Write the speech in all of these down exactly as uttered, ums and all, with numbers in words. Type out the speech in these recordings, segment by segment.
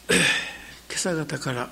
今朝方から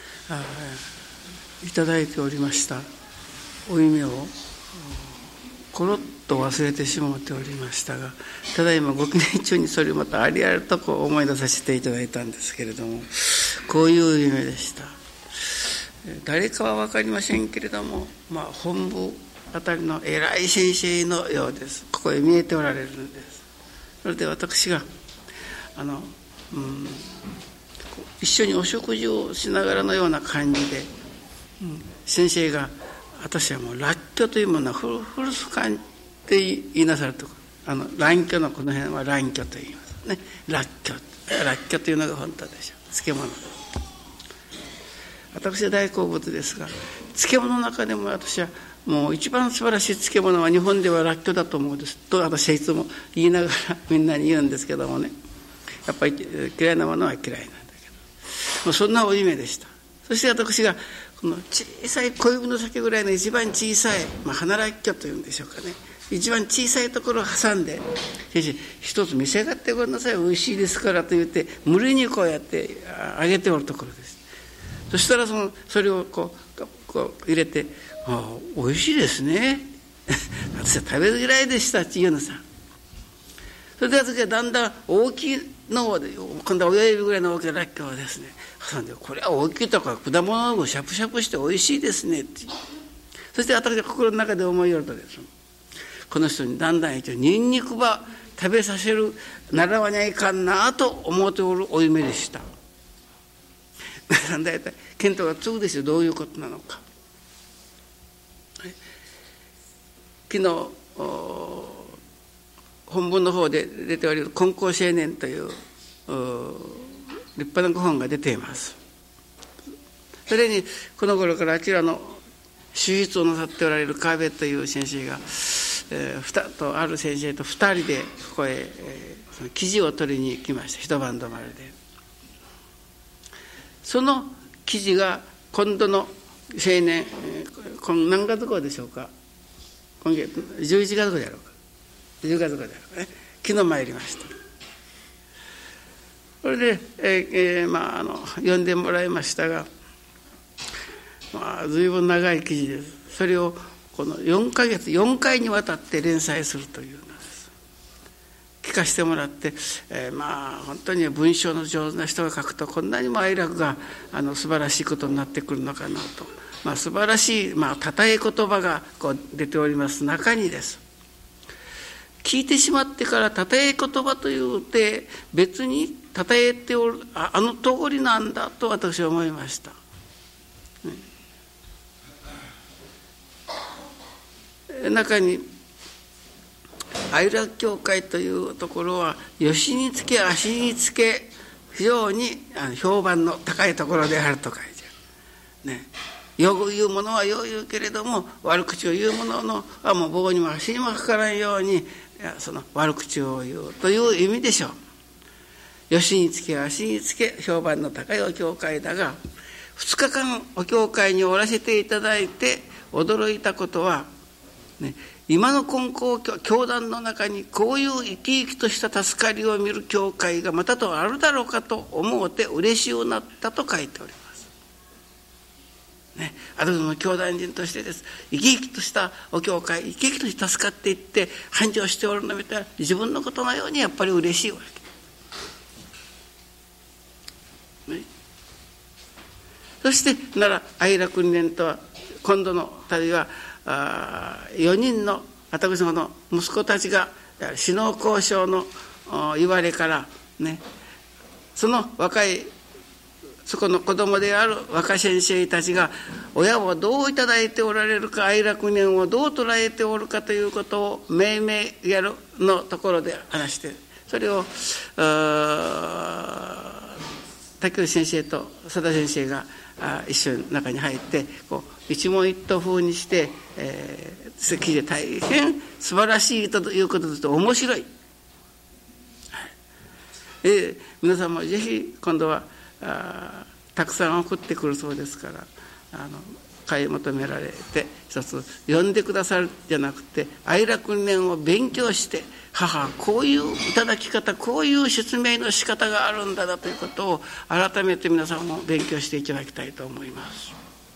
いただいておりましたお夢をコロッと忘れてしまっておりましたが、ただいまご記念中にそれをまたありありとこう思い出させていただいたんですけれども、こういう夢でした。誰かは分かりませんけれども、まあ、本部あたりの偉い先生のようです。ここへ見えておられるんです。それで私があの、うん、一緒にお食事をしながらのような感じで、うん、先生が私はもうらっきょというものは古古巣感って言いなさるところ、あの蘭居のこの辺は蘭居と言いますね。らっきょらっきょというのが本当でしょう。漬物。私は大好物ですが、漬物の中でも私はもう一番素晴らしい漬物は日本ではらっきょだと思うんですと、私はいつも言いながらみんなに言うんですけどもね、やっぱり嫌いなものは嫌いなんだけど、もうそんなお夢でした。そして私がこの小さい小指の先ぐらいの一番小さい、まあ、花らっきょというんでしょうかね、一番小さいところを挟んで、先生一つ召し上がってごらんなさい、おいしいですからと言って無理にこうやってあげておるところです。そしたらそのそれをこうこう入れて、ああおいしいですね私は食べ嫌いでしたって言うのさ。それで私はだんだん大きいのを今度は親指ぐらいの大きならっきょうをですね挟んで、これは大きいとか果物をしゃぶしゃぶしておいしいですねって。そして私が心の中で思いよるとですね、この人にだんだん一応ニンニクば食べさせる習わにゃいかんなと思っておるお夢でした。だいたい見当がつくでしょ、どういうことなのか。昨日本文の方で出ておりる金光青年という立派なご本が出ています。それにこの頃からあちらの手術をなさっておられる川辺という先生が、えー、とある先生と二人でここへ、えー、その記事を取りに行きました。一晩泊まりで、その記事が今度の青年、今何月号でしょうか、今月じゅういちがつ号であろうか、じゅうがつ号であろうかね、昨日参りました。それで、えーえーまあ、あの読んでもらいましたが、まあ、随分長い記事です。それをこのよんかげつよんかいにわたって連載するというのです。聞かせてもらって、えー、まあ本当に文章の上手な人が書くとこんなにも哀楽があの素晴らしいことになってくるのかなと、まあ、素晴らしい、まあ、たたえ言葉がこう出ております中にです。聞いてしまってからたたえ言葉というて別にたたえておる あ, あの通りなんだと私は思いました。中に愛楽教会というところは吉につけ足につけ非常に評判の高いところであると書いてあるね。よく言うものはよう言うけれども悪口を言うもののはもう棒にも足にもかからんようにその悪口を言うという意味でしょう。吉につけ足につけ評判の高いお教会だが、ふつかかんお教会におらせていただいて驚いたことはね、今の金光教団の中にこういう生き生きとした助かりを見る教会がまたとあるだろうかと思うて嬉しゅうなったと書いております、ね、あるの教団人としてです。生き生きとしたお教会、生き生きとして助かっていって繁盛しておるのを見たら自分のことのようにやっぱり嬉しいわけ、ね、そしてなら愛楽にねんとは今度の旅はあよにんの私どもの息子たちが首脳交渉の言われからね、その若いそこの子供である若先生たちが親をどういただいておられるか、愛楽年をどう捉えておるかということを命名やるのところで話して、それを竹内先生と佐田先生が一緒に中に入ってこう一問一答風にして、えー、記事で大変素晴らしいということですと面白い、はい、えー、皆さんもぜひ今度はあたくさん送ってくるそうですから、あの買い求められて、一つ呼んでくださるじゃなくて、愛楽理念を勉強して、母こういういただき方、こういう説明の仕方があるんだなということを改めて皆さんも勉強していただきたいと思います。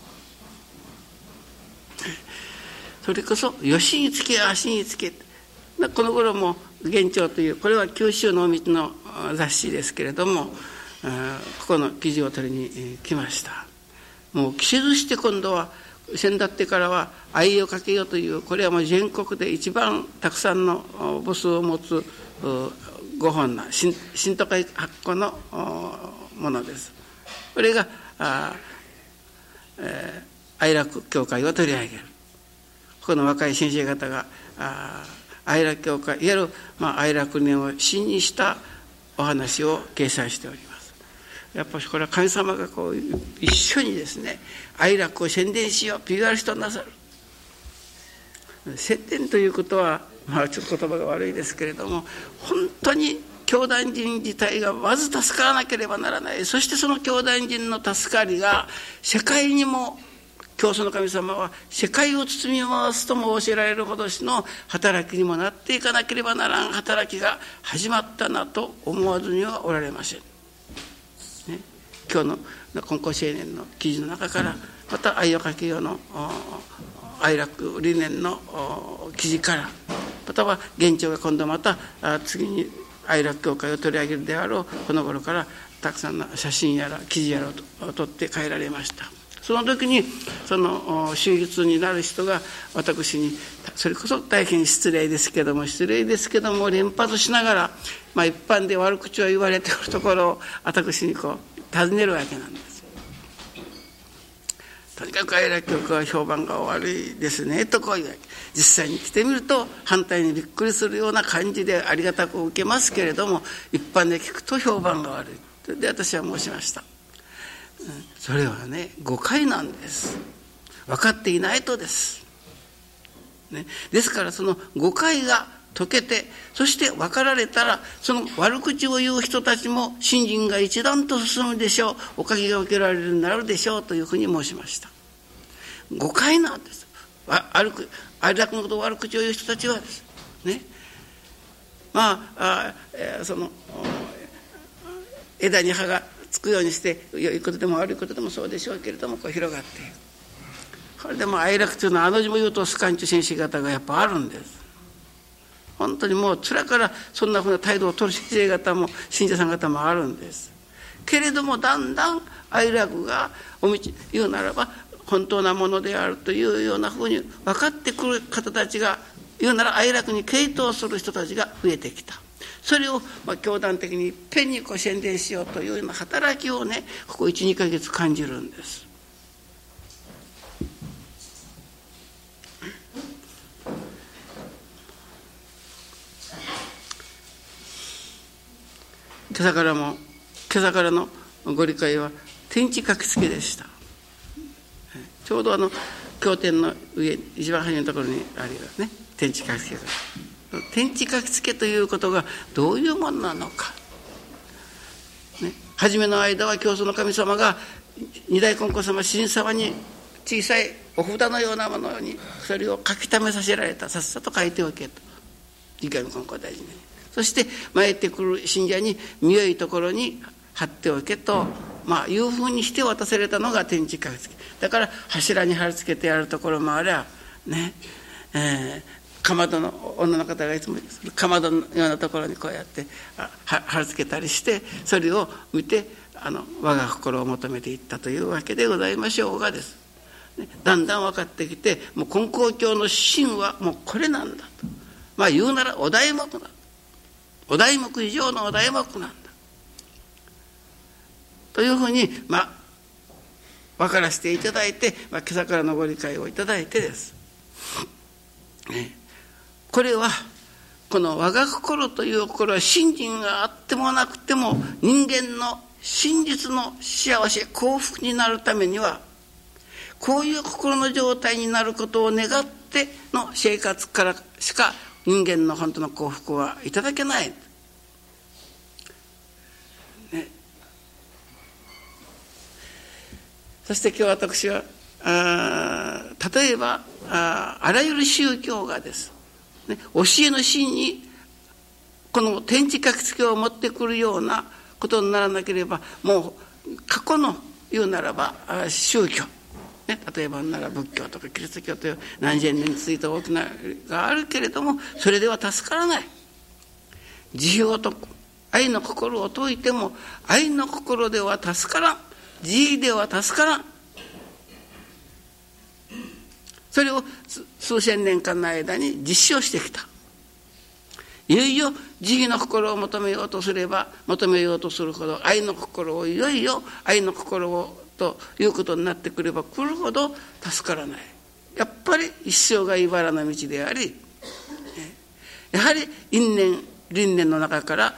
それこそ吉につけ足につけ、この頃も元朝という、これは九州の道の雑誌ですけれども、ここの記事を取りに来ました。もう期せずして今度は先だってからは愛をかけようという、これはもう全国で一番たくさんの部数を持つご本な新都会発行のものです。これがあ、えー、愛楽協会を取り上げる。この若い先生方が愛楽協会、いわゆる、まあ、愛楽理念を真にしたお話を掲載しております。やっぱりこれは神様がこう一緒にですね、愛楽を宣伝しよう、ピュアリストなさる。宣伝ということは、まあちょっと言葉が悪いですけれども、本当に教団人自体がまず助からなければならない。そしてその教団人の助かりが世界にも、教祖の神様は世界を包み回すとも教えられるほどしの働きにもなっていかなければならん働きが始まったなと思わずにはおられません、ね、今日の金光青年の記事の中から、また愛をかけようの愛楽理念の記事から、または元朝が今度また次に愛楽協会を取り上げるであろうこの頃から、たくさんの写真やら記事やらを撮って帰られました。その時にその手術になる人が私に、それこそ大変失礼ですけども失礼ですけども連発しながら、まあ、一般で悪口を言われているところを私にこう尋ねるわけなんです。とにかく愛楽協会は評判が悪いですねとこういうわけ。実際に来てみると反対にびっくりするような感じでありがたく受けますけれども、一般で聞くと評判が悪いで私は申しました。それはね、誤解なんです。分かっていないとです、ね、ですからその誤解が解けて、そして分かられたら、その悪口を言う人たちも信心が一段と進むでしょう、おかげが受けられるようになるでしょうというふうに申しました。誤解なんです。愛楽のことを悪口を言う人たちはですね、まあ、あその枝に葉がつくようにして、良いことでも悪いことでもそうでしょうけれども、こう広がっている。これでも愛楽というのはあの字も言うとスカンチュ先生方がやっぱあるんです。本当にもうつらからそんなふうな態度を取る先生方も信者さん方もあるんです。けれどもだんだん愛楽がお道言うならば本当なものであるというようなふうに分かってくる方たちが、言うなら愛楽に傾倒する人たちが増えてきた。それをまあ教団的にいっぺんにこう宣伝しようというような働きをね、ここいち、にかげつ感じるんです。今朝からも今朝からのご理解は天地書き付けでした。ちょうどあの経典の上一番初めのところにあるよね、天地書き付けが。天地書き付けということがどういうものなのか、ね、初めの間は教祖の神様が二代金光様神様に小さいお札のようなものにそれを書き溜めさせられた。さっさと書いておけと二代金光大臣に、そして参ってくる信者に見よいところに貼っておけと、まあ、いうふうにして渡されたのが天地書き付けだから、柱に貼り付けてやるところもあればね、えーかまどの女の方がいつもかまどのようなところにこうやって貼り付けたりして、それを見てあの我が心を求めていったというわけでございましょうがです、ね、だんだん分かってきて、もう金光教の真はもうこれなんだと、まあ言うならお題目だ、お題目以上のお題目なんだというふうにまあ分からせていただいて、まあ、今朝からのご理解をいただいてです、ね、これはこの我が心という心は信心があってもなくても人間の真実の幸せ幸福になるためには、こういう心の状態になることを願っての生活からしか人間の本当の幸福はいただけない、ね、そして今日私はあ例えば あ, あらゆる宗教がです、ね、教えの真にこの天地書き付けを持ってくるようなことにならなければ、もう過去の言うならば宗教、ね、例えばなら仏教とかキリスト教という何千年に続いた大きながあるけれども、それでは助からない。慈悲と愛の心を説いても愛の心では助からん、慈悲では助からん。それを数千年間の間に実証してきた。いよいよ慈悲の心を求めようとすれば求めようとするほど、愛の心をいよいよ愛の心をということになってくれば来るほど助からない。やっぱり一生が茨の道であり、やはり因縁輪廻の中から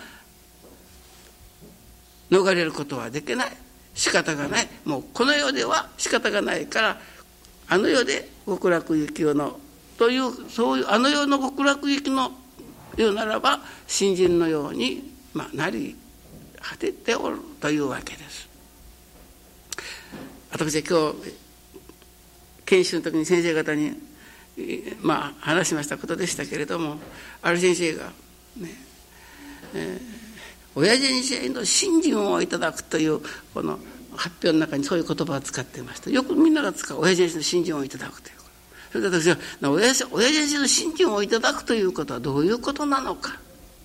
逃れることはできない。仕方がない。もうこの世では仕方がないから、あの世で極楽行きのという、そういうあの世の極楽行きの言うならば信心のように、まあ、なり果てておるというわけです。私は今日研修の時に先生方に、まあ、話しましたことでしたけれども、ある先生がね、えー、親人生の信心をいただくというこの発表の中にそういう言葉を使っていました。よくみんなが使う親人生の信心をいただくということ。それで私は親人生の信心をいただくということはどういうことなのか、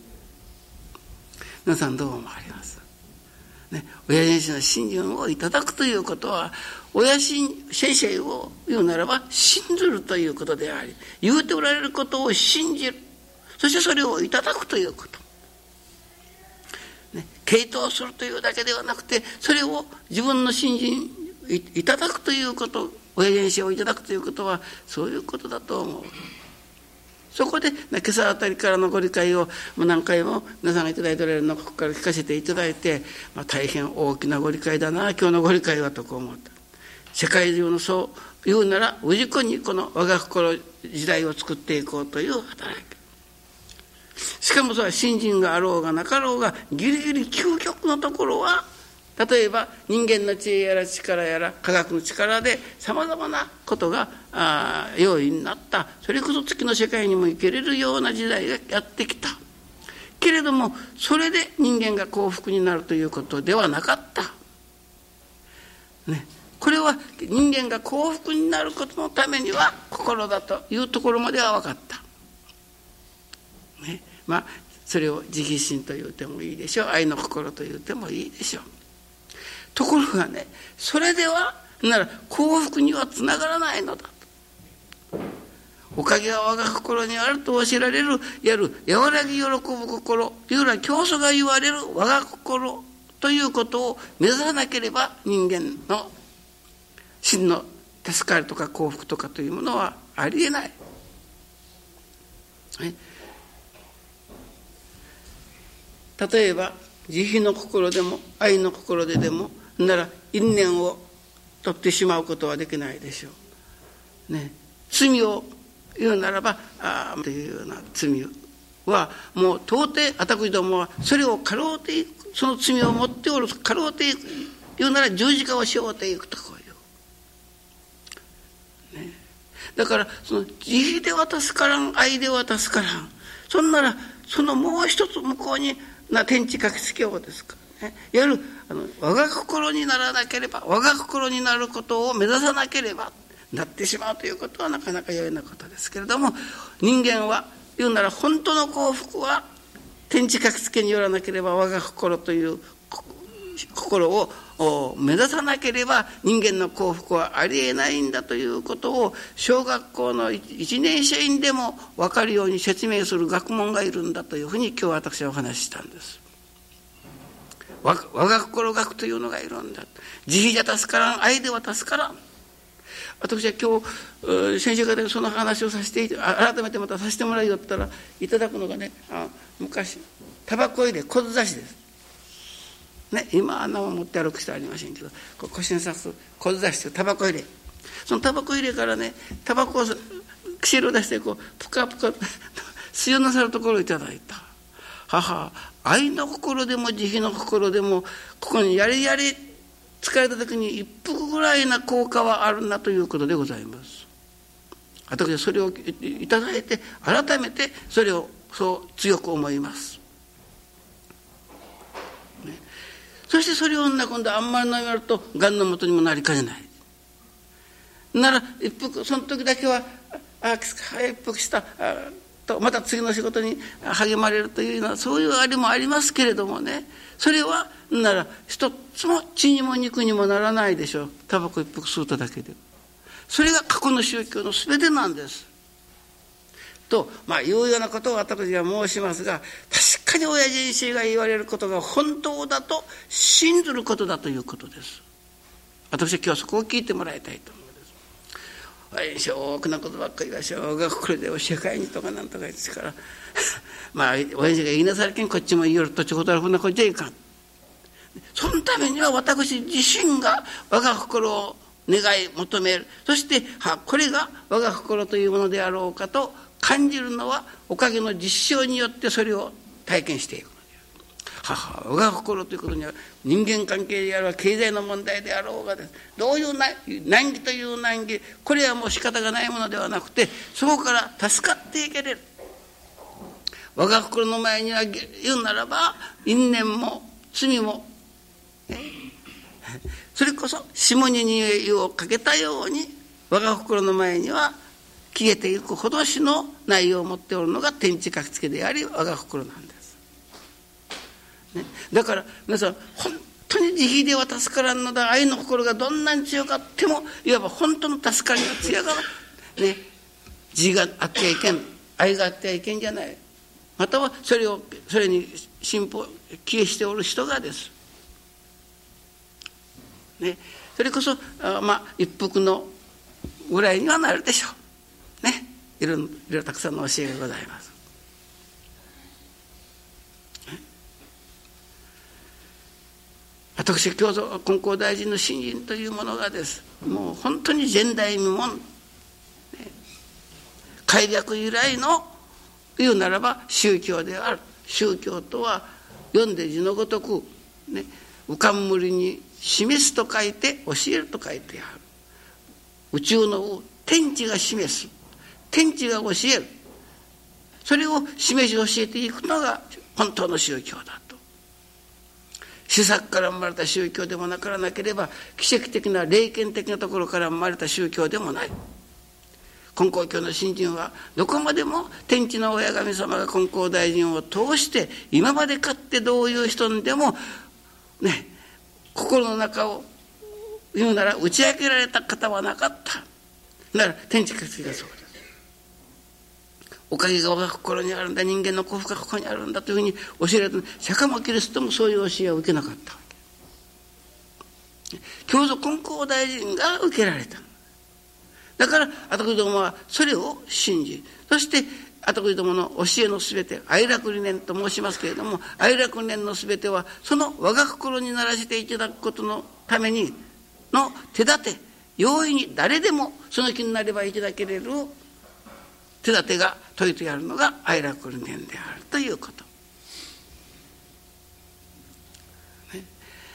皆さんどう思われます？ね、親人生の信心をいただくということは、親先生を言うならば信ずるということであり、言うておられることを信じる、そしてそれをいただくということ、ね、傾倒するというだけではなくて、それを自分の信心い, いただくということ、親人生をいただくということはそういうことだと思う。そこで今朝あたりからのご理解をもう何回も皆さんがいただいておられるのをここから聞かせていただいて、まあ、大変大きなご理解だな今日のご理解はとこう思った。世界中のそう言うなら氏子にこの我が心時代を作っていこうという働き。しかもそれは信心があろうがなかろうが、ギリギリ究極のところは、例えば人間の知恵やら力やら科学の力でさまざまなことが用意になった、それこそ月の世界にも生きれるような時代がやってきたけれども、それで人間が幸福になるということではなかった、ね、これは人間が幸福になることのためには心だというところまでは分かった、ね、まあそれを慈悲心と言ってもいいでしょう、愛の心と言ってもいいでしょう。ところがね、それではなら幸福にはつながらないのだと。おかげは我が心にあると教えられるやる和らぎ喜ぶ心、いうら教祖が言われる我が心ということを目指さなければ、人間の真の助かりとか幸福とかというものはありえない。ね、例えば慈悲の心でも愛の心ででもなら因縁を取ってしまうことはできないでしょう、ね、罪を言うならばあというような罪はもう到底私どもはそれをかろうていく、その罪を持っておるかろうていく、言うなら十字架をしようていくとこういう、ね、だからその慈悲では助からん、愛では助からん、そんならそのもう一つ向こうにな天地書き付けをですか、ね、いわゆるあの我が心にならなければ、我が心になることを目指さなければなってしまうということはなかなか容易なことですけれども、人間は言うなら本当の幸福は天地書き付けによらなければ我が心という心を目指さなければ人間の幸福はありえないんだということを小学校の一年生にでも分かるように説明する学問がいるんだというふうに今日私はお話ししたんです。我が心学というのがいるんだ。慈悲じゃ助からん、愛では助からん。私は今日先生方にその話をさせて改めてまたさせてもらいよったらいただくのがね、あ昔タバコ入れ小づざしですね、今あんなもん持って歩く人はありませんけど、こう腰に刺す小づざしとタバコ入れ、そのタバコ入れからね、タバコを薬を出してこうプカプカ吸いなさるところをいただいた。母、愛の心でも慈悲の心でもここにやれやれ使えた時に一服ぐらいな効果はあるなということでございます。私はそれをいただいて改めてそれをそう強く思います、ね、そしてそれを今度あんまり飲めるとがんのもとにもなりかねないなら一服その時だけはあ一服したとまた次の仕事に励まれるというようなそういうあれもありますけれどもね、それはなら一つも血にも肉にもならないでしょう。タバコ一服吸うただけでそれが過去の宗教のすべてなんですと、まあ、いうようなことを私が申しますが、確かに親人衆が言われることが本当だと信ずることだということです。私は今日はそこを聞いてもらいたいと思うんです。親人多くなことばっかりが小学校で教え会にとかなんとか言ってからまあ親父が言いなさるけんこっちも言いよるとちことはこんなこっちゃいかん。そのためには私自身が我が心を願い求める、そしてはこれが我が心というものであろうかと感じるのはおかげの実証によってそれを体験していくのである。はは我が心ということには人間関係であろう経済の問題であろうがです、どういう難儀という難儀、これはもう仕方がないものではなくて、そこから助かっていけれる。我が心の前には言うならば因縁も罪も、ね、それこそ霜に匂いをかけたように我が心の前には消えていくほどしの内容を持っておるのが天地書きつけであり我が心なんです、ね、だから皆さん本当に慈悲では助からんのだ、愛の心がどんなに強かってもいわば本当の助かりが強がらね、慈があってはいけん、愛があってはいけんじゃない、またはそれをそれに信奉帰依しておる人がですね、それこそあまあ一服のぐらいにはなるでしょうね。いろいろいろいろたくさんの教えがございます。私教祖金光大臣の信心というものがですもう本当に前代未聞、ね、開略由来の言うならば宗教である。宗教とは読んで字のごとくね、浮かんむりに示すと書いて教えると書いてある。宇宙の天地が示す、天地が教える、それを示し教えていくのが本当の宗教だと。施策から生まれた宗教でもなからなければ奇跡的な霊験的なところから生まれた宗教でもない。金光教の信心はどこまでも天地の親神様が金光大臣を通して今までかってどういう人にでもね、心の中を言うなら打ち明けられた方はなかった。なら天地書きつけがそうです。おかげが我が心にあるんだ、人間の幸福がここにあるんだというふうに教えられた。釈迦もキリストもそういう教えを受けなかったわけ。教祖金光大臣が受けられた。だから私どもはそれを信じ、そして私どもの教えのすべて愛楽理念と申しますけれども、愛楽理念のすべてはその我が心にならせていただくことのためにの手立て、容易に誰でもその気になればいただけれる手立てが説いてあるのが愛楽理念であるということ、ね、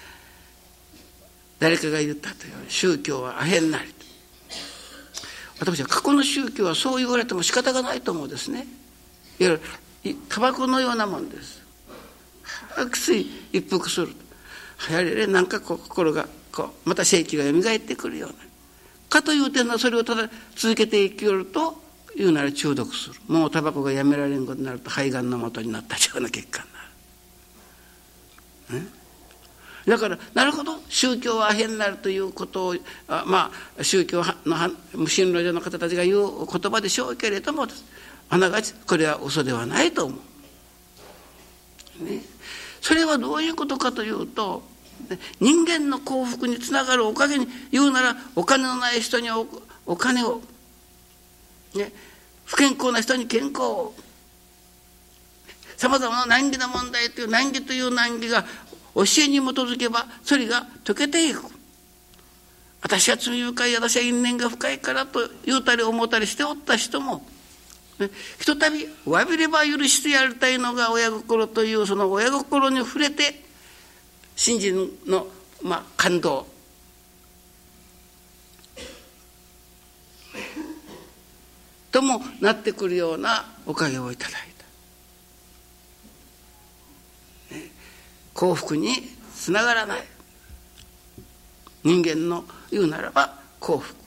誰かが言ったという宗教はアヘンなり。私は過去の宗教はそう言われても仕方がないと思うんですね。いわゆるタバコのようなもんです。白水一服するとやはりなんかこう心がこうまた正気がよみがえってくるようなかという点は、それをただ続けていきよるというなら中毒する。もうタバコがやめられんことになると肺がんの元になったような結果になる、ね、だからなるほど宗教はアヘンになるということをあまあ宗教の無神論者の方たちが言う言葉でしょうけれども、あながちこれは嘘ではないと思う、ね、それはどういうことかというと、人間の幸福につながるおかげに言うならお金のない人に お, お金を、ね、不健康な人に健康を、さまざまな難儀な問題という難儀という難儀が教えに基づけばそれが解けていく。私は罪深い、私は因縁が深いからと言うたり思ったりしておった人も、ね、ひとたびわびれば許してやりたいのが親心という、その親心に触れて信心の、まあ、感動ともなってくるようなおかげをいただいた、ね、幸福につながらない人間の言うならば幸福、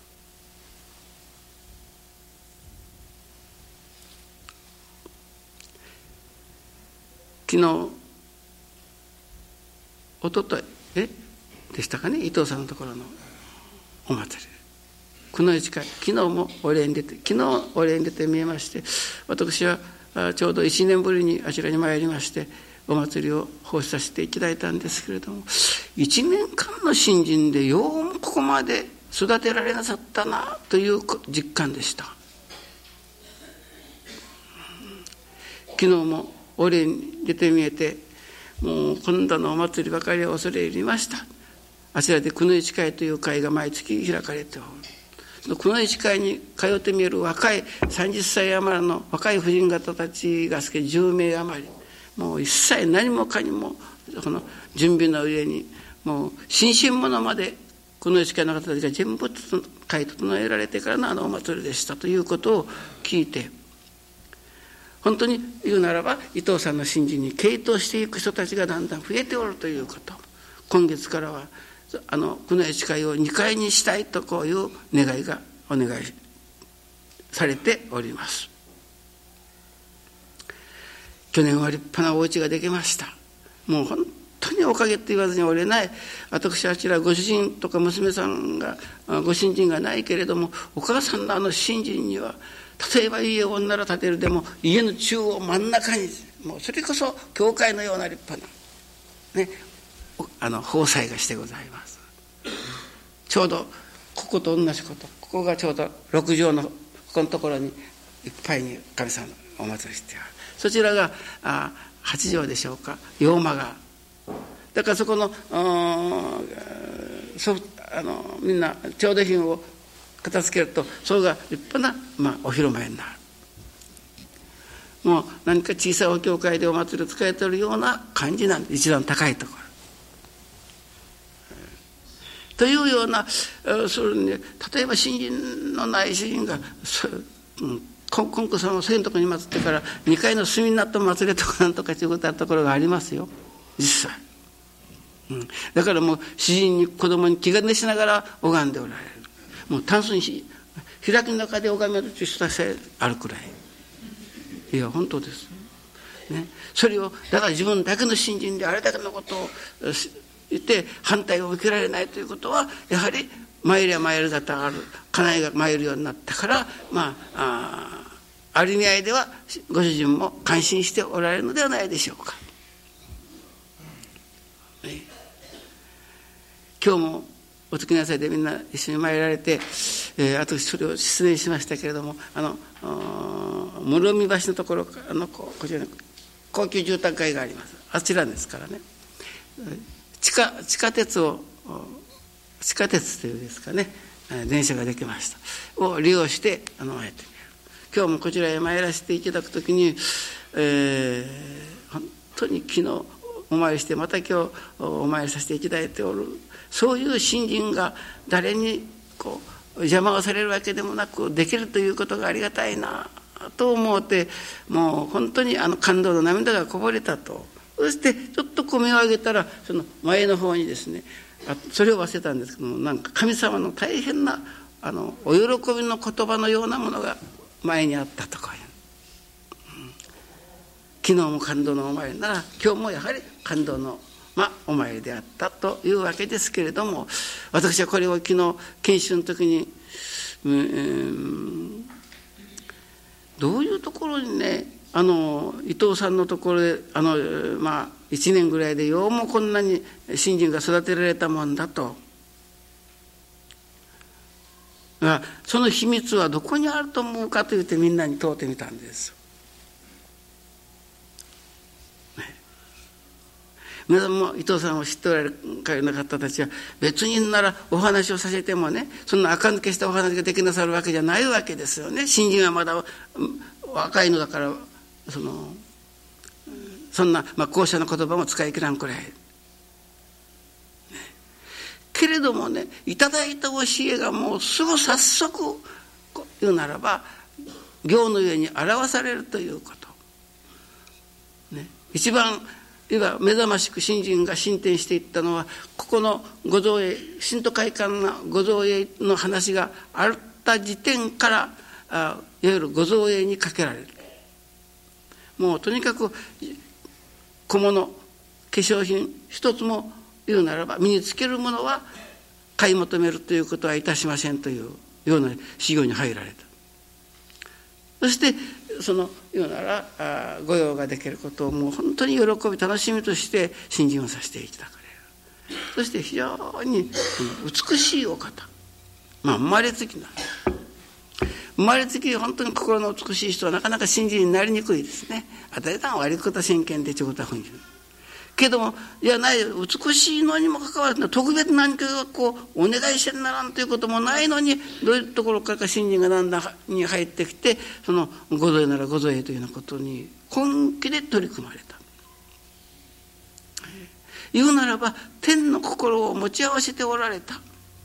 昨日おとといえでしたかね、伊藤さんのところのお祭り、くのいち会、昨日もお礼に出て、昨日お礼に出て見えまして、私はちょうどいちねんぶりにあちらに参りましてお祭りを奉仕させていただいたんですけれども、いちねんかんの信心でようもここまで育てられなさったなという実感でした。昨日もお礼に出て見えて、もう今度のお祭りばかりは恐れ入りました。あちらでくのいち会という会が毎月開かれておる。くのいち会に通ってみえる若いさんじゅっさい余りの若い婦人方たちがすけじゅうめい余り、もう一切何もかにもこの準備の上にもう心身物までくのいち会の方たちが全部会整えられてからのあのお祭りでしたということを聞いて、本当に言うならば伊藤さんの信心に傾倒していく人たちがだんだん増えておるということ、今月からはあのくのいち会をにかいにしたいとこういう願いがお願いされております。去年は立派なお家ができました。もう本当におかげって言わずにおれない。私あちらご主人とか娘さんがご信心がないけれども、お母さんのあの信心には、例えば家を女ら建てるでも家の中央真ん中に、もうそれこそ教会のような立派なねあの奉祭がしてございます。ちょうどここと同じこと、ここがちょうど六畳のここのところにいっぱいに神様のお祭りしてある。そちらがあ八畳でしょうか、洋間がだからそこのそあのみんな調度品を片付けると、それが立派な、まあ、お広間になる。もう何か小さいお教会でお祭りを使えているような感じなんです、一段高いところというような、それに例えば信心のない主人がコンコンクさんをそういうところに祀ってからにかいの隅になった祭りとかなんとかということあるところがありますよ、実際、うん、だからもう主人に子供に気兼ねしながら拝んでおられる。もうタンスに開きの中で拝めるという人たちさえあるくらい、いや本当です、ね、それをだから自分だけの信心であれだけのことを言って反対を受けられないということは、やはり参りは参るだとある家内が参るようになったから、まあ あ, ある意味合いではご主人も感心しておられるのではないでしょうか、ね、今日もお月の朝でみんな一緒に参られて、えー、私それを失念しましたけれども、あの室見橋のところあのここちらの高級住宅街があります。あちらですからね、地下地下鉄を地下鉄というですかね、電車ができましたを利用してあのやってみる。今日もこちらへ参らせていただくときに、えー、本当に昨日お参りしてまた今日お参りさせていただいておる、そういう信心が誰にこう邪魔をされるわけでもなくできるということがありがたいなと思って、もう本当にあの感動の涙がこぼれたと。そしてちょっとこう目を上げたらその前の方にですね、あそれを忘れたんですけども、なんか神様の大変なあのお喜びの言葉のようなものが前にあったとか、うん、昨日も感動のお参りなら今日もやはり感動のまあ、お参りであったというわけですけれども、私はこれを昨日研修の時に、うん、どういうところにね、あの伊藤さんのところであの、まあ、いちねんぐらいでようもこんなに信心が育てられたもんだと、がその秘密はどこにあると思うかと言ってみんなに問うてみたんです。皆さんも伊藤さんを知っておられるような方たちは別にならお話をさせてもね、そんな垢抜けしたお話ができなさるわけじゃないわけですよね。信心はまだ若いのだから、そのそんなまあ高尚な言葉も使い切らんくらい、ね、けれどもね、いただいた教えがもうすぐ早速言うならば行の上に表されるということ、ね、一番いわ目覚ましく信心が進展していったのは、ここのご造営、信徒会館のご造営の話があった時点から、あいわゆるご造営にかけられる。もうとにかく小物、化粧品一つも言うならば、身につけるものは買い求めるということはいたしませんというような修行に入られた。そしてそのようならあ御用ができることをもう本当に喜び楽しみとして信心をさせていただかれる。そして非常に美しいお方、まあ生まれつきな生まれつき本当に心の美しい人はなかなか信心になりにくいですね。当たり前悪いことは先見でちょことは本気けども、いやない美しいのにもかかわらず特別何かがこうお願いしてならんということもないのに、どういうところからか信心がだんだんに入ってきて、そのご造営ならご造営というようなことに本気で取り組まれた。言うならば天の心を持ち合わせておられた。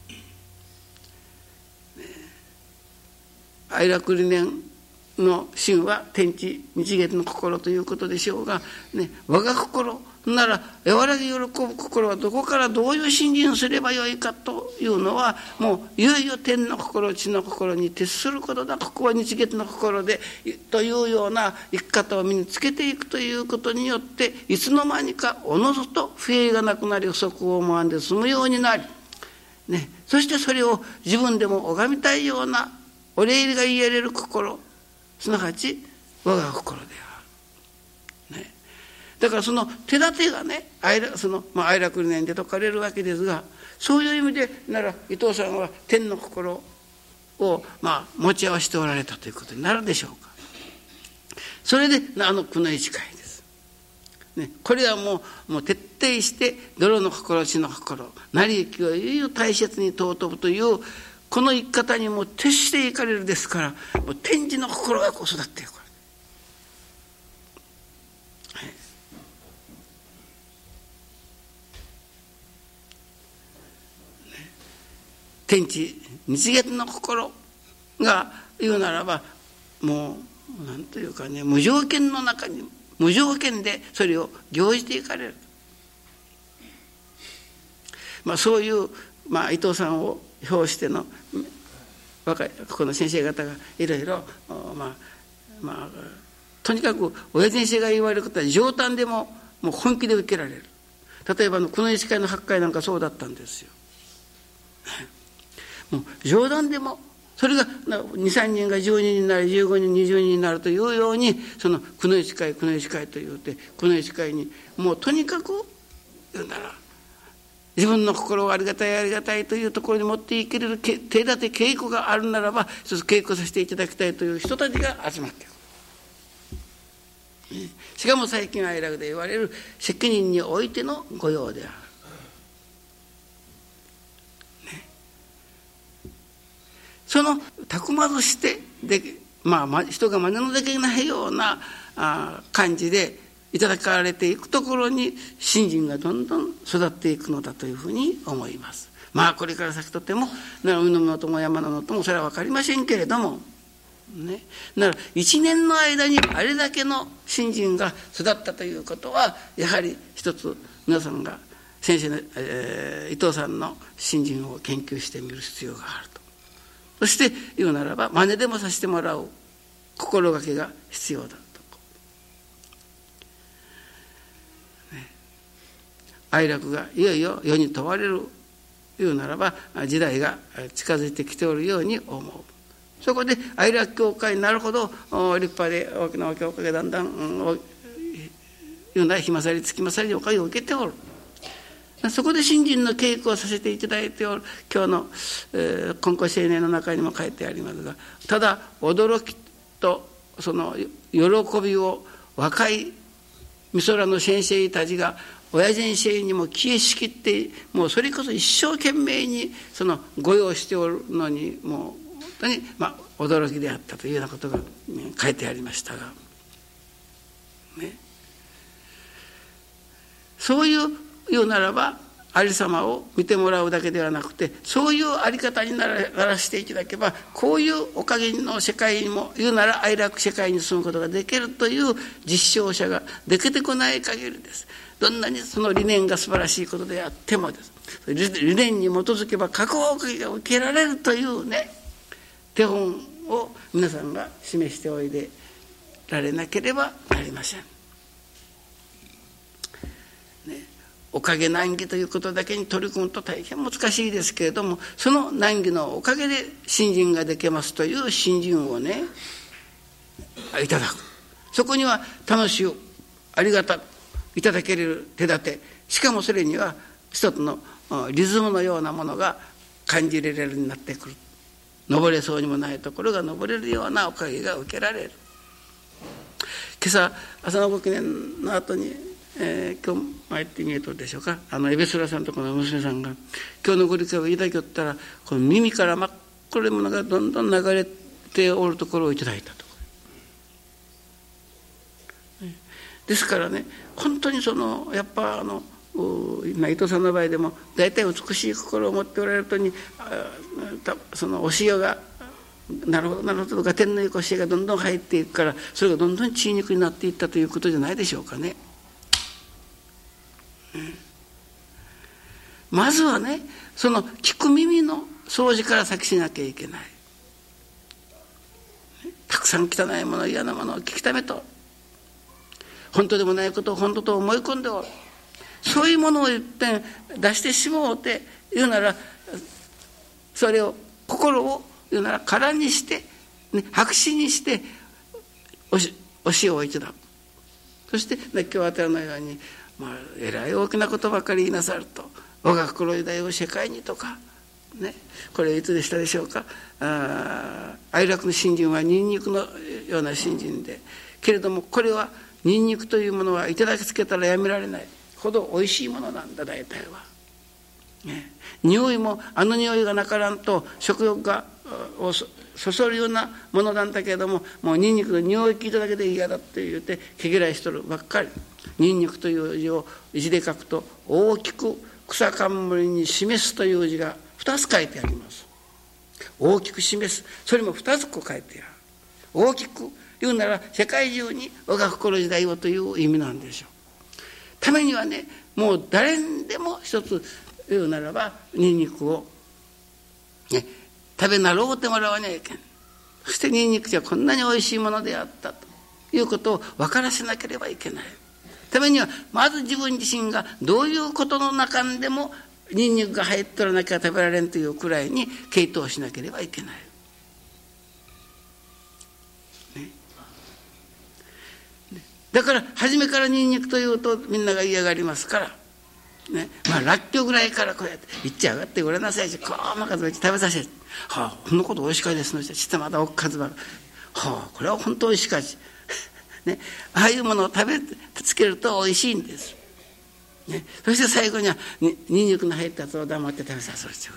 哀楽理念の真は天地日月の心ということでしょうが、ね、我が心なら和らぎ喜ぶ心はどこからどういう信心すればよいかというのは、もういよいよ天の心地の心に徹することだ。ここは日月の心でというような生き方を身につけていくということによって、いつの間にかおのずと不平がなくなり、不足を思わんで済むようになり、ね、そしてそれを自分でも拝みたいようなお礼が言えれる心、すなわち我が心である、ね、だからその手立てがね、愛楽、その、まあ、愛楽理念で説かれるわけですが、そういう意味でなら伊藤さんは天の心を、まあ、持ち合わせておられたということになるでしょうか。それであの九の一会です、ね、これはもう、もう徹底して泥の心地の心、成り行きをいよいよ大切に尊ぶというこの生き方にも徹していかれるですから、もう天地の心がこう育っていく、はい、天地日月の心が言うならば、もう何というかね、無条件の中に無条件でそれを行じていかれる、まあ、そういう、まあ、伊藤さんを表しての若いここの先生方がいろいろ、まあまあ、とにかく親先生が言われることは冗談でももう本気で受けられる。例えばこの一会の八会なんかそうだったんですよ。もう冗談でもそれがにさんにんがじゅうにんになり、じゅうごにんにじゅうにんになるというように、そのくの一会くの一会というて、くの一会にもうとにかく言うなら自分の心をありがたいありがたいというところに持っていける手立て稽古があるならば、一つ稽古させていただきたいという人たちが集まっている。しかも最近愛楽で言われる責任においての御用である、ね、そのたくまずしてで、まあ、人が真似のできないようなあ感じでいただかれていくところに信心がどんどん育っていくのだというふうに思います。まあこれから先とっても海のもとも山のもともそれは分かりませんけれどもね、なら一年の間にあれだけの信心が育ったということは、やはり一つ皆さんが先生の、えー、伊藤さんの信心を研究してみる必要があると。そして言うならば真似でもさせてもらう心がけが必要だと、ね、愛楽がいよいよ世に問われる言うならば時代が近づいてきておるように思う。そこで愛楽教会になるほど立派で大きな教会がだんだん、うん、言うなら日勝り月勝りでおかげを受けておる。そこで信心の稽古をさせていただいておる。今日の、えー、金光青年の中にも書いてありますが、ただ驚きとその喜びを若い美空の先生たちが親先生にも消えしきって、もうそれこそ一生懸命にその御用しておるのに、もう本当に、まあ、驚きであったというようなことが、ね、書いてありましたが、ね、そういう言うならばありさまを見てもらうだけではなくて、そういうあり方になら、ならしていただけば、こういうおかげの世界にも、言うなら愛楽世界に住むことができるという実証者ができてこない限りです。どんなにその理念が素晴らしいことであってもです。理念に基づけば過去おかげが受けられるというね、手本を皆さんが示しておいでられなければなりません。おかげ難儀ということだけに取り組むと大変難しいですけれども、その難儀のおかげで信心ができますという信心をねいただく。そこには楽しゅうありがたくいただける手立て、しかもそれには一つのリズムのようなものが感じられるようになってくる。登れそうにもないところが登れるようなおかげが受けられる。今朝朝のご記念の後にえー、今日参ってみえとるでしょうか、あのエベスラさんとこの娘さんが今日のご理解をいただきよったら、この耳から真っ黒いものがどんどん流れておるところをいただいたと。ですからね、本当にそのやっぱあの今伊藤さんの場合でも大体美しい心を持っておられるとに、その教えがなるほどなるほどが天のいい教えがどんどん入っていくから、それがどんどん血肉になっていったということじゃないでしょうかね。まずはね、その聞く耳の掃除から先しなきゃいけない。たくさん汚いもの嫌なものを聞くためと、本当でもないことを本当と思い込んでおる。そういうものを一点出してしもうて言うなら、それを心を言うなら空にして、ね、白紙にしておしお塩を一段、そして、ね、今日あたりのように、まあ、えらい大きなことばかり言いなさると、我が心時代を世界にとか、ね、これいつでしたでしょうか。あ愛楽の信心はニンニクのような信心で、けれどもこれはニンニクというものはいただきつけたらやめられないほどおいしいものなんだ、大体は、ね、匂いもあの匂いがなからんと食欲がをそそるようなものなんだけれども、もうニンニクの匂い聞いただけで嫌だって言って毛嫌いしとるばっかり。ニンニクという字を字で書くと、大きく草冠に示すという字がふたつ書いてあります。大きく示す、それもふたつこう書いてある。大きく言うなら世界中に我が心時代をという意味なんでしょう。ためにはね、もう誰にでも一つ言うならばニンニクを、ね、食べなろうてもらわにゃいけん。そしてニンニクじゃこんなにおいしいものであったということを分からせなければいけない。ためにはまず自分自身がどういうことの中でもニンニクが入っとらなきゃ食べられんというくらいに傾倒しなければいけない、ね、だから初めからニンニクというとみんなが嫌がりますから、ね、まあらっきょうぐらいからこうやっていっちゃ上がってごらんなさいし、こうまかず食べさせて、はあこんなことおいしかいですのしてまたおっかずば、はあこれは本当おいしかしね、ああいうものを食べつけるとおいしいんです、ね、そして最後にはにニンニクの入ったやつを黙って食べさせるという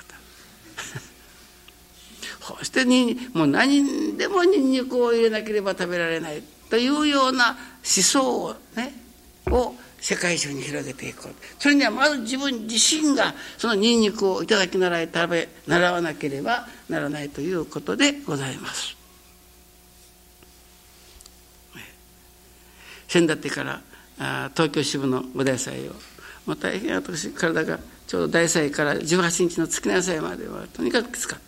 ことそしてにもう何でもニンニクを入れなければ食べられないというような思想をねを世界中に広げていこう。それにはまず自分自身がそのニンニクをいただき習い食べ習わなければならないということでございます。先だってからあ東京支部のお大祭を、もう大変私体がちょうど大祭からじゅうはちにちの月の野祭まではとにかくきつかった、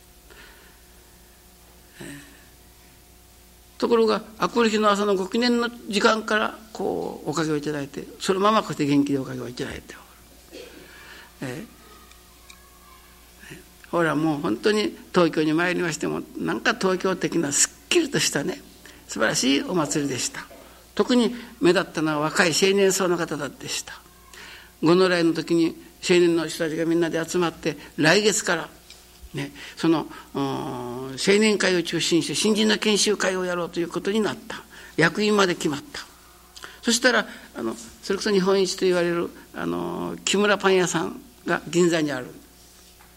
えー、ところがあくる日の朝のご記念の時間からこうおかげをいただいて、そのままこうして元気でおかげをいただいておる、えーえー、ほらもう本当に東京に参りましてもなんか東京的なすっきりとしたね素晴らしいお祭りでした。特に目立ったのは若い青年層の方でした。ごの来の時に青年の人たちがみんなで集まって来月から、ね、その青年会を中心にして新人の研修会をやろうということになった。役員まで決まった。そしたらあのそれこそ日本一と言われるあの木村パン屋さんが銀座にある。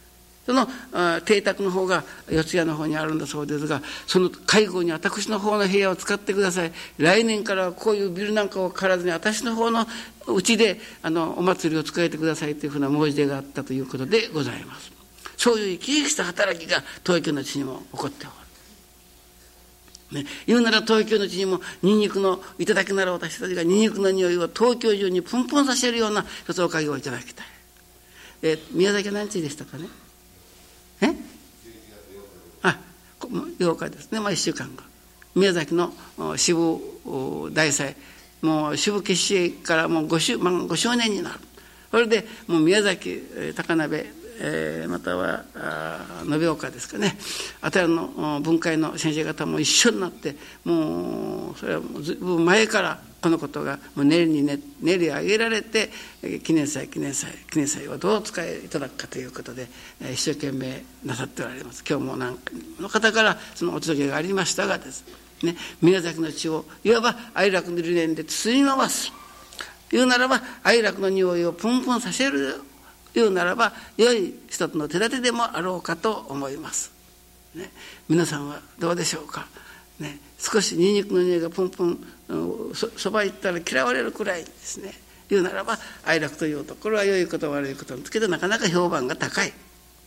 その邸宅の方が四谷の方にあるんだそうですが、その会合に私の方の部屋を使ってください、来年からはこういうビルなんかを借らずに私の方のうちであのお祭りを使えてくださいというふうな申し出があったということでございます。そういう生き生きした働きが東京の地にも起こっておる、ね、言うなら東京の地にもニンニクのいただきなら私たちがニンニクの匂いを東京中にプンプンさせるような一つおかげをいただきたい。え宮崎は何日でしたかね。えあようかですね。まあいっしゅうかんご、宮崎の支部大祭、もう支部結成からもう 5, 周、まあ、ごしゅうねんになる。それでもう宮崎高鍋、えー、または延岡ですかね、あたりの文会の先生方も一緒になって、もうそれはもうずいぶん前からこのことがもう練りに練り上げられて、記念祭記念祭記念祭をどう使いいただくかということで一生懸命なさっておられます。今日も何かの方からそのお届けがありましたがですね、宮崎の地をいわば哀楽の理念で包み回す、言うならば哀楽の匂いをプンプンさせる、言うならば良い一つの手立てでもあろうかと思います、ね、皆さんはどうでしょうか、ね、少しニンニクの匂いがプンプン そ, そば行ったら嫌われるくらいですね、言うならば哀楽というところは良いこと悪いことですけどなかなか評判が高い。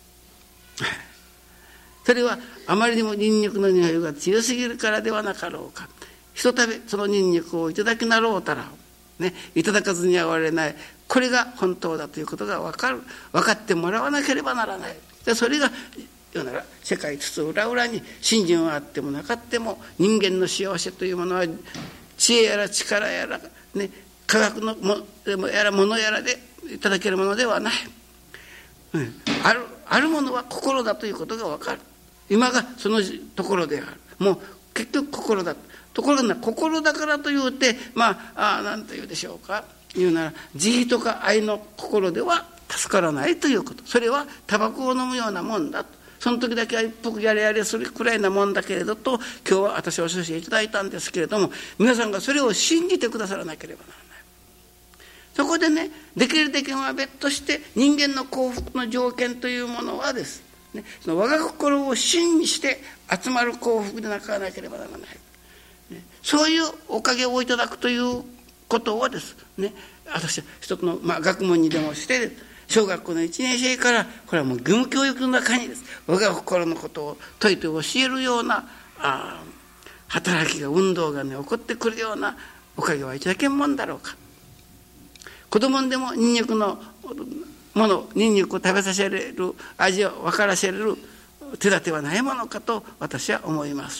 それはあまりにもニンニクの匂いが強すぎるからではなかろうか。ひとたびそのニンニクをいただきなろうたら、ね、いただかずには終われない、これが本当だということが分かる、分かってもらわなければならない。でそれが言うなら世界つ裏裏に信心はあってもなかっても人間の幸せというものは知恵やら力やら、ね、科学のもやらものやらでいただけるものではない、うん、ある、あるものは心だということが分かる。今がそのところである。もう結局心だ。ところが心だからというて、まあ、あ何と言うでしょうか、言うなら慈悲とか愛の心では助からないということ。それはタバコを飲むようなもんだと。その時だけは一服やれやれするくらいなもんだけれどと、今日は私はお教えいただいたんですけれども、皆さんがそれを信じてくださらなければならない。そこでね、できるだけは別として人間の幸福の条件というものはですね、その我が心を信にして集まる幸福でなかなければならない。そういうおかげをいただくということをですね、私は一つの、まあ、学問にでもして小学校のいちねん生からこれはもう義務教育の中にです我が心のことを説いて教えるようなあ働きが運動がね起こってくるようなおかげはいただけんもんだろうか。子供にでもニンニクのもの、ニンニクを食べさせられる味を分からせる手立てはないものかと私は思います。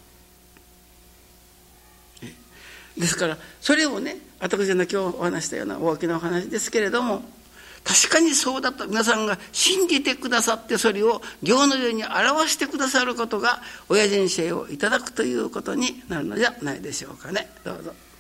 ですからそれをね、私が今日お話したような大きなお話ですけれども、確かにそうだと皆さんが信じてくださってそれを行のように表してくださることが親人生をいただくということになるのではないでしょうかね。どうぞ。